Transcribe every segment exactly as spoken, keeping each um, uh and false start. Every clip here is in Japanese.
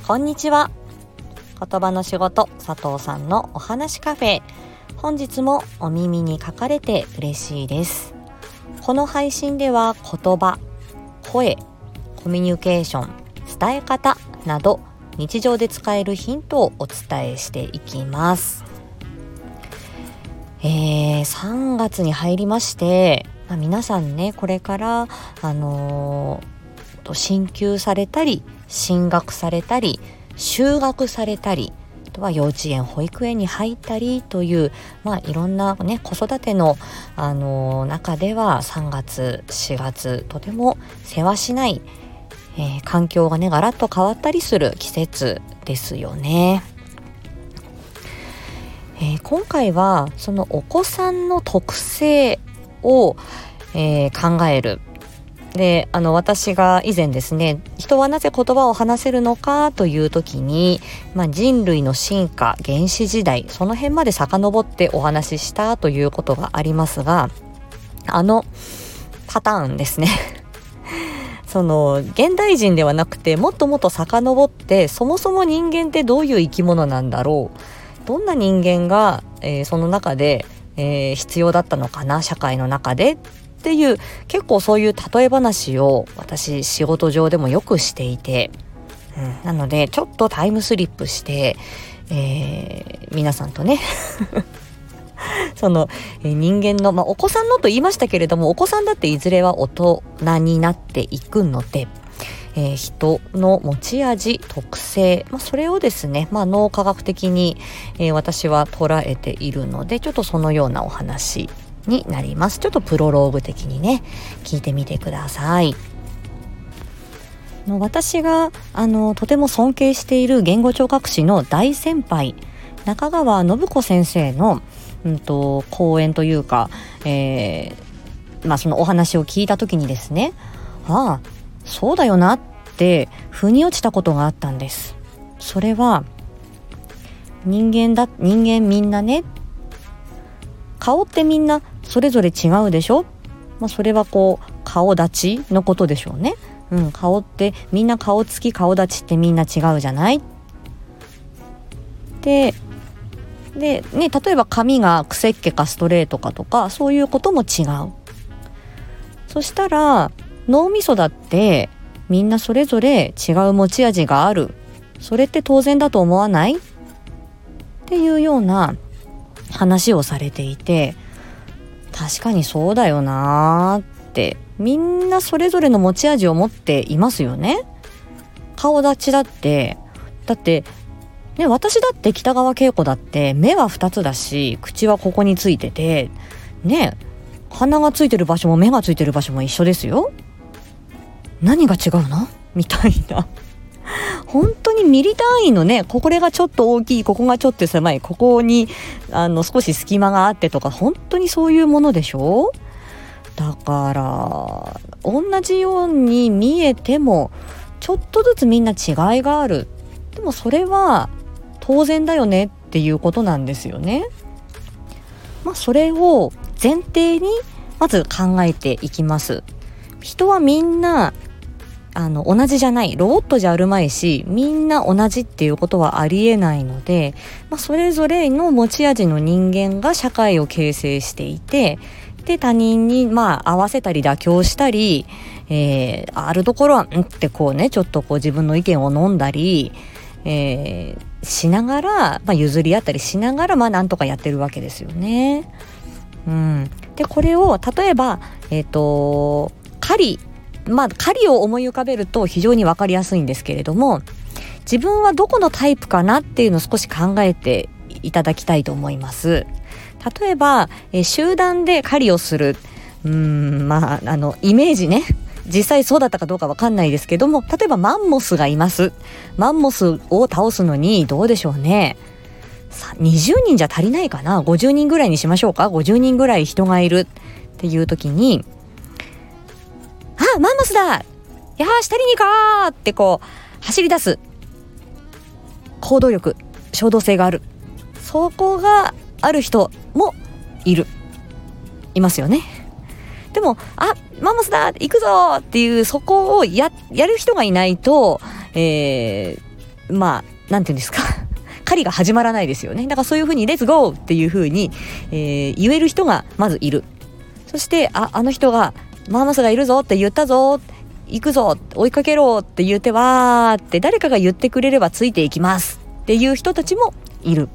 こんにちは。言葉の仕事佐藤さんのお話カフェ、本日もお耳に書かれて嬉しいです。この配信では言葉、声、コミュニケーション、伝え方など日常で使えるヒントをお伝えしていきます。えー、さんがつに入りまして、まあ、皆さんねこれからあのー、進級されたり進学されたり就学されたり、あとは幼稚園保育園に入ったりという、まあ、いろんな、ね、子育ての、あのー、中ではさんがつしがつとてもせわしない、えー、環境がねガラッと変わったりする季節ですよね。えー、今回はそのお子さんの特性を、えー、考える。で、あの私が以前ですね、人はなぜ言葉を話せるのかという時に、まあ、人類の進化、原始時代、その辺まで遡ってお話ししたということがありますが、あのパターンですねその現代人ではなくてもっともっと遡って、そもそも人間ってどういう生き物なんだろう、どんな人間が、えー、その中で、えー、必要だったのかな、社会の中でっていう、結構そういう例え話を私仕事上でもよくしていて、うん、なのでちょっとタイムスリップして、えー、皆さんとねその、えー、人間の、まあ、お子さんのと言いましたけれども、お子さんだっていずれは大人になっていくので、えー、人の持ち味、特性、まあ、それをですね、まあ、脳科学的に、えー、私は捉えているので、ちょっとそのようなお話になります。ちょっとプロローグ的にね聞いてみてください。の私があのとても尊敬している言語聴覚士の大先輩中川信子先生の、うんと、講演というか、えーまあ、そのお話を聞いた時にですね、ああそうだよなって腑に落ちたことがあったんです。それは人間だ人間みんなね、顔ってみんなそれぞれ違うでしょ、まあ、それはこう顔立ちのことでしょうね、うん、顔ってみんな顔つき顔立ちってみんな違うじゃないで、で、ね、例えば髪がくせっ毛かストレートかとかそういうことも違う。そしたら脳みそだってみんなそれぞれ違う持ち味がある、それって当然だと思わないっていうような話をされていて、確かにそうだよなって、みんなそれぞれの持ち味を持っていますよね。顔立ちだってだってね、私だって北川景子だって目はふたつだし、口はここについててね、鼻がついてる場所も目がついてる場所も一緒ですよ。何が違うのみたいな本当にミリ単位のね、これがちょっと大きい、ここがちょっと狭い、ここにあの少し隙間があってとか、本当にそういうものでしょ。だから同じように見えてもちょっとずつみんな違いがある。でもそれは当然だよねっていうことなんですよね。まあ、それを前提にまず考えていきます。人はみんなあの同じじゃない、ロボットじゃあるまいし、みんな同じっていうことはありえないので、まあ、それぞれの持ち味の人間が社会を形成していて、で他人にまあ合わせたり妥協したり、えー、あるところはんってこうね、ちょっとこう自分の意見を飲んだり、えー、しながら、まあ、譲り合ったりしながら、まあなんとかやってるわけですよね。うん、でこれを例えばえっと狩りまあ、狩りを思い浮かべると非常に分かりやすいんですけれども、自分はどこのタイプかなっていうのを少し考えていただきたいと思います。例えば、え集団で狩りをする、うーん、まあ、あのイメージね、実際そうだったかどうか分かんないですけども、例えばマンモスがいます。マンモスを倒すのにどうでしょうね、さにじゅうにんじゃ足りないかな、ごじゅうにんぐらいにしましょうか。ごじゅうにんぐらい人がいるっていう時に、あ、マンモスだ、よーし取りに行こうってこう走り出す行動力、衝動性がある、そこがある人もいるいますよね。でもあ、マンモスだ行くぞっていう、そこを や, やる人がいないと、えーまあなんていうんですか狩りが始まらないですよね。だからそういうふうにレッツゴーっていうふうに、えー、言える人がまずいる。そしてああの人がマンモスがいるぞって言ったぞ、行くぞ、追いかけろって言ってわーって誰かが言ってくれればついていきますっていう人たちもいる。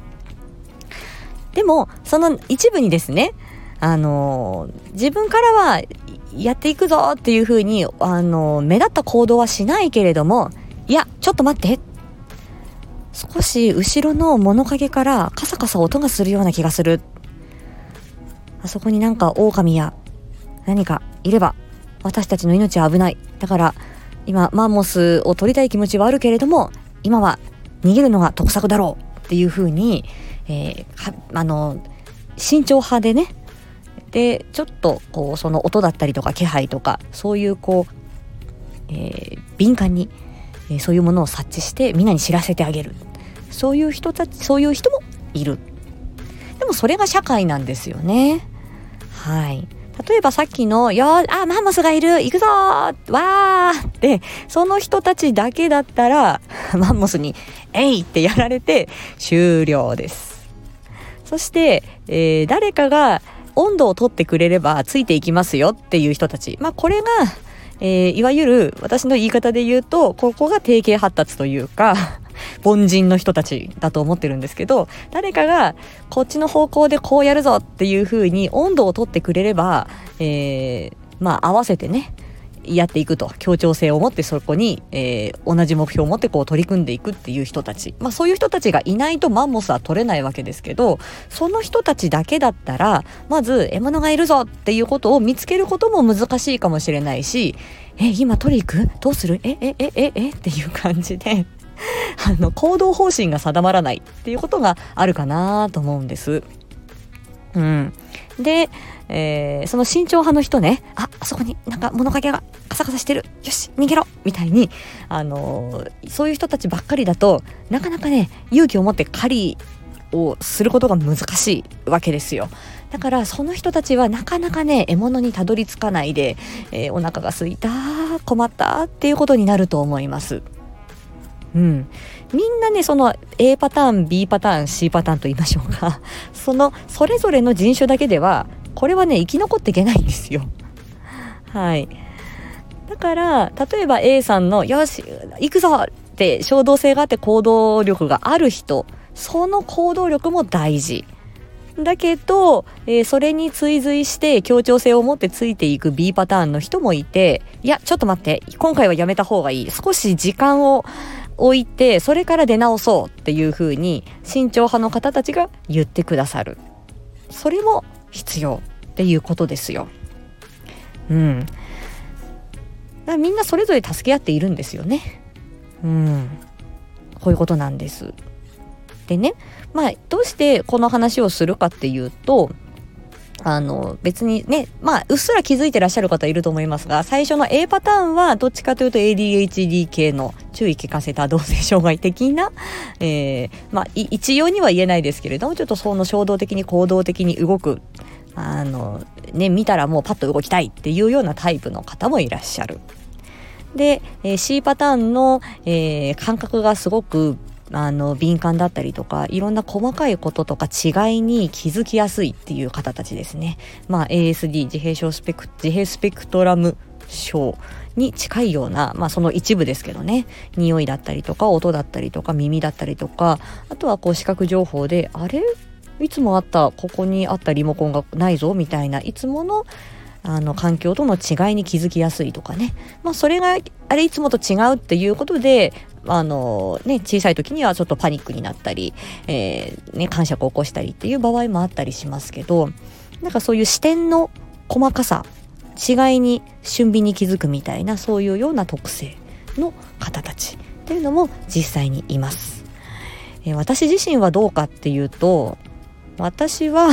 でもその一部にですね、あのー、自分からはやっていくぞっていうふうに、あのー、目立った行動はしないけれども、いやちょっと待って、少し後ろの物陰からカサカサ音がするような気がする、あそこになんか狼や何かいれば私たちの命は危ない、だから今マンモスを取りたい気持ちはあるけれども今は逃げるのが得策だろうっていうふうに、えー、あの慎重派でね、でちょっとこうその音だったりとか気配とかそういうこう、えー、敏感にえー、そういうものを察知してみんなに知らせてあげる、そういう人たち、そういう人もいる。でもそれが社会なんですよね。はい。例えばさっきのよーあマンモスがいる行くぞーわーってその人たちだけだったらマンモスにえいってやられて終了です。そして、えー、誰かが温度を取ってくれればついていきますよっていう人たち、まあこれがえー、いわゆる私の言い方で言うとここが定型発達というか凡人の人たちだと思ってるんですけど、誰かがこっちの方向でこうやるぞっていう風に温度を取ってくれれば、えー、まあ合わせてねやっていくと、協調性を持ってそこに、えー、同じ目標を持ってこう取り組んでいくっていう人たち、まあそういう人たちがいないとマンモスは取れないわけですけど、その人たちだけだったらまず獲物がいるぞっていうことを見つけることも難しいかもしれないし、え今取り行くどうするえええええっていう感じであの行動方針が定まらないっていうことがあるかなと思うんです。うん、で、えー、その慎重派の人ね、あ、あそこになんか物陰がカサカサしてる、よし逃げろみたいに、あのー、そういう人たちばっかりだとなかなかね勇気を持って狩りをすることが難しいわけですよ。だからその人たちはなかなかね獲物にたどり着かないで、えー、お腹が空いた困ったっていうことになると思います。うん、みんなねその A パターン B パターン C パターンと言いましょうかそのそれぞれの人種だけではこれはね生き残っていけないんですよ。はい。だから例えば A さんのよし行くぞって衝動性があって行動力がある人、その行動力も大事だけど、えー、それに追随して協調性を持ってついていく B パターンの人もいて、いやちょっと待って今回はやめた方がいい、少し時間を置いてそれから出直そうっていう風に慎重派の方たちが言ってくださる、それも必要っていうことですよ。うん。だからみんなそれぞれ助け合っているんですよね。うん。こういうことなんです。でね、まあどうしてこの話をするかっていうと、あの別にね、まあうっすら気づいてらっしゃる方いると思いますが、最初の A パターンはどっちかというと エーディーエイチディー 系の注意聞かせた同性障害的な、えー、まあ一様には言えないですけれども、ちょっとその衝動的に行動的に動く、あのね見たらもうパッと動きたいっていうようなタイプの方もいらっしゃる。で、えー、C パターンの、えー、感覚がすごくあの敏感だったりとか、いろんな細かいこととか違いに気づきやすいっていう方たちですね。まあ エーエスディー 自閉症スペク自閉スペクトラム症に近いような、まあその一部ですけどね、匂いだったりとか音だったりとか耳だったりとか、あとはこう視覚情報であれいつもあったここにあったリモコンがないぞみたいな、いつものあの環境との違いに気づきやすいとかね、まあそれがあれいつもと違うっていうことで、あのね、小さい時にはちょっとパニックになったり、えーね、感触を起こしたりっていう場合もあったりしますけど、なんかそういう視点の細かさ、違いに俊敏に気づくみたいな、そういうような特性の方たちっていうのも実際にいます。えー、私自身はどうかっていうと、私は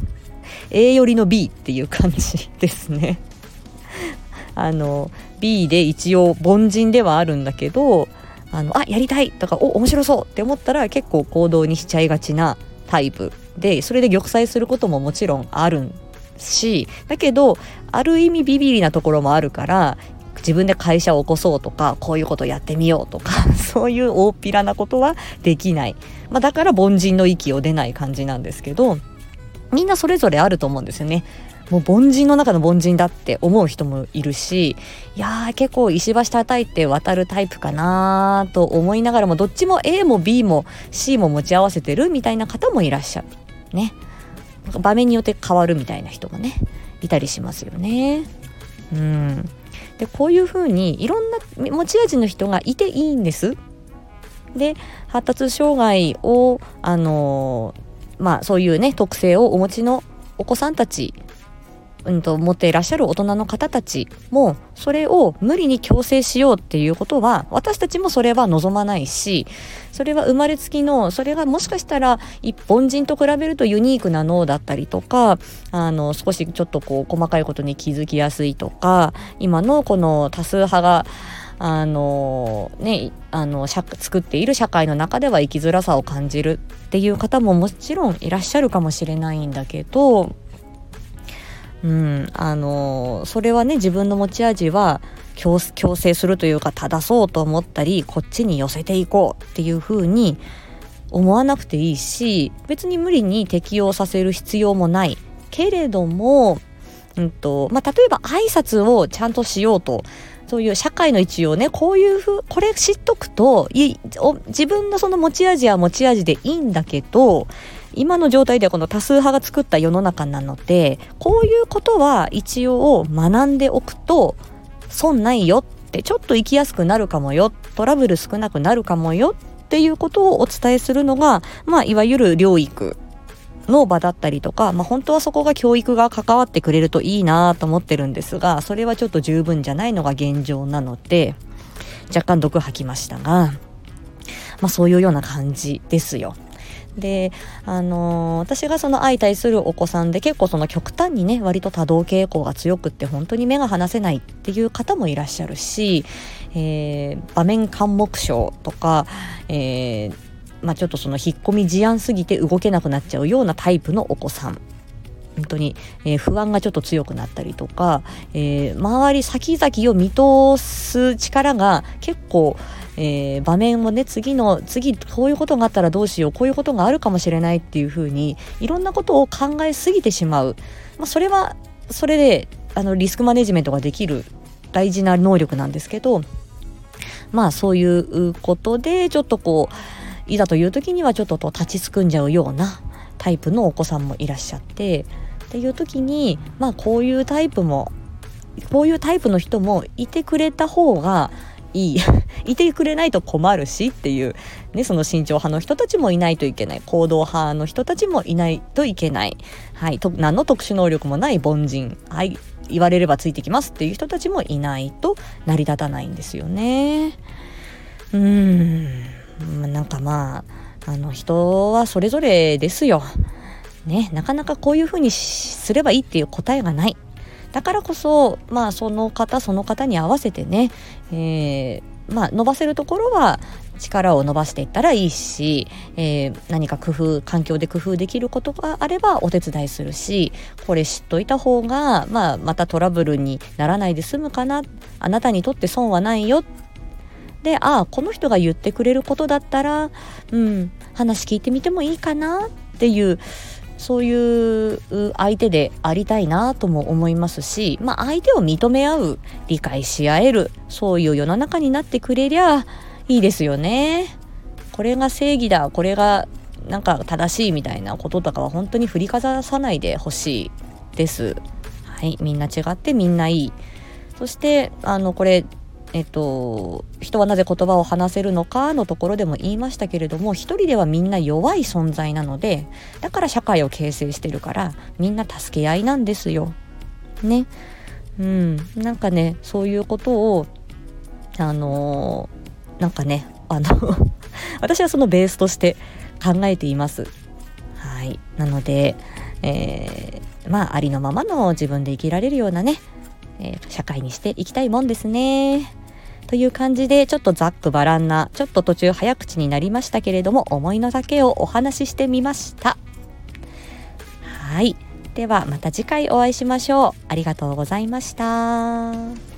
A よりの B っていう感じですね。あの B で一応凡人ではあるんだけど、あのあやりたいとかお面白そうって思ったら結構行動にしちゃいがちなタイプで、それで玉砕することももちろんあるし、だけどある意味ビビリなところもあるから、 自分で会社を起こそうとか、こういうことやってみようとかそういう大っぴらなことはできない、まあ、だから凡人の域を出ない感じなんですけど、みんなそれぞれあると思うんですよね。もう凡人の中の凡人だって思う人もいるし、いやー結構石橋叩いて渡るタイプかなと思いながらも、どっちも A も B も C も持ち合わせてるみたいな方もいらっしゃるね。場面によって変わるみたいな人もねいたりしますよね。うんでこういう風にいろんな持ち味の人がいていいんです。で発達障害をあのー、まあそういうね特性をお持ちのお子さんたち、うんと持っていらっしゃる大人の方たちもそれを無理に強制しようっていうことは私たちもそれは望まないし、それは生まれつきの、それがもしかしたら一凡人と比べるとユニークな脳だったりとか、あの少しちょっとこう細かいことに気づきやすいとか、今のこの多数派があのねあの作っている社会の中では生きづらさを感じるっていう方ももちろんいらっしゃるかもしれないんだけど、うん、あのそれはね自分の持ち味は 強, 強制するというか正そうと思ったりこっちに寄せていこうっていう風に思わなくていいし、別に無理に適応させる必要もないけれども、うんとまあ、例えば挨拶をちゃんとしようと、そういう社会の一応ねこういうふうこれ知っとくとい自分のその持ち味は持ち味でいいんだけど、今の状態ではこの多数派が作った世の中なので、こういうことは一応学んでおくと損ないよって、ちょっと生きやすくなるかもよ、トラブル少なくなるかもよっていうことをお伝えするのが、まあ、いわゆる療育の場だったりとか、まあ、本当はそこが教育が関わってくれるといいなと思ってるんですが、それはちょっと十分じゃないのが現状なので若干毒吐きましたが、まあ、そういうような感じですよ。で、あのー、私がその相対するお子さんで結構その極端にね割と多動傾向が強くって本当に目が離せないっていう方もいらっしゃるし、えー、場面緘黙症とか、えーまあ、ちょっとその引っ込み思案すぎて動けなくなっちゃうようなタイプのお子さん、本当に、えー、不安がちょっと強くなったりとか、えー、周り先々を見通す力が結構、えー、場面をね次の次こういうことがあったらどうしよう、こういうことがあるかもしれないっていう風にいろんなことを考えすぎてしまう、まあ、それはそれであのリスクマネジメントができる大事な能力なんですけど、まあそういうことでちょっとこういざという時にはちょっと立ちすくんじゃうようなタイプのお子さんもいらっしゃって、っていう時にまあこういうタイプもこういうタイプの人もいてくれた方がいいいてくれないと困るしっていうね、その慎重派の人たちもいないといけない、行動派の人たちもいないといけない、はい、と何の特殊能力もない凡人、はい、言われればついてきますっていう人たちもいないと成り立たないんですよね。うーんなんかまああの人はそれぞれですよね。なかなかこういうふうにすればいいっていう答えがない。だからこそまあその方その方に合わせてね、えー、まあ伸ばせるところは力を伸ばしていったらいいし、えー、何か工夫環境で工夫できることがあればお手伝いするし、これ知っといた方が、まあ、またトラブルにならないで済むかな、あなたにとって損はないよで、ああこの人が言ってくれることだったら、うん、話聞いてみてもいいかなっていう、そういう相手でありたいなとも思いますし、まあ、相手を認め合う、理解し合える、そういう世の中になってくれりゃいいですよね。これが正義だ、これがなんか正しいみたいなこととかは本当に振りかざさないでほしいです。はい、みんな違ってみんないい。そしてあのこれえっと、人はなぜ言葉を話せるのかのところでも言いましたけれども、一人ではみんな弱い存在なので、だから社会を形成してるからみんな助け合いなんですよね。うんなんかねそういうことをあのー、なんかねあの私はそのベースとして考えています。はいなので、えー、まあありのままの自分で生きられるようなねえー、社会にしていきたいもんですね。という感じでちょっとざっくばらんな、ちょっと途中早口になりましたけれども、思いの丈をお話ししてみました。はいではまた次回お会いしましょう。ありがとうございました。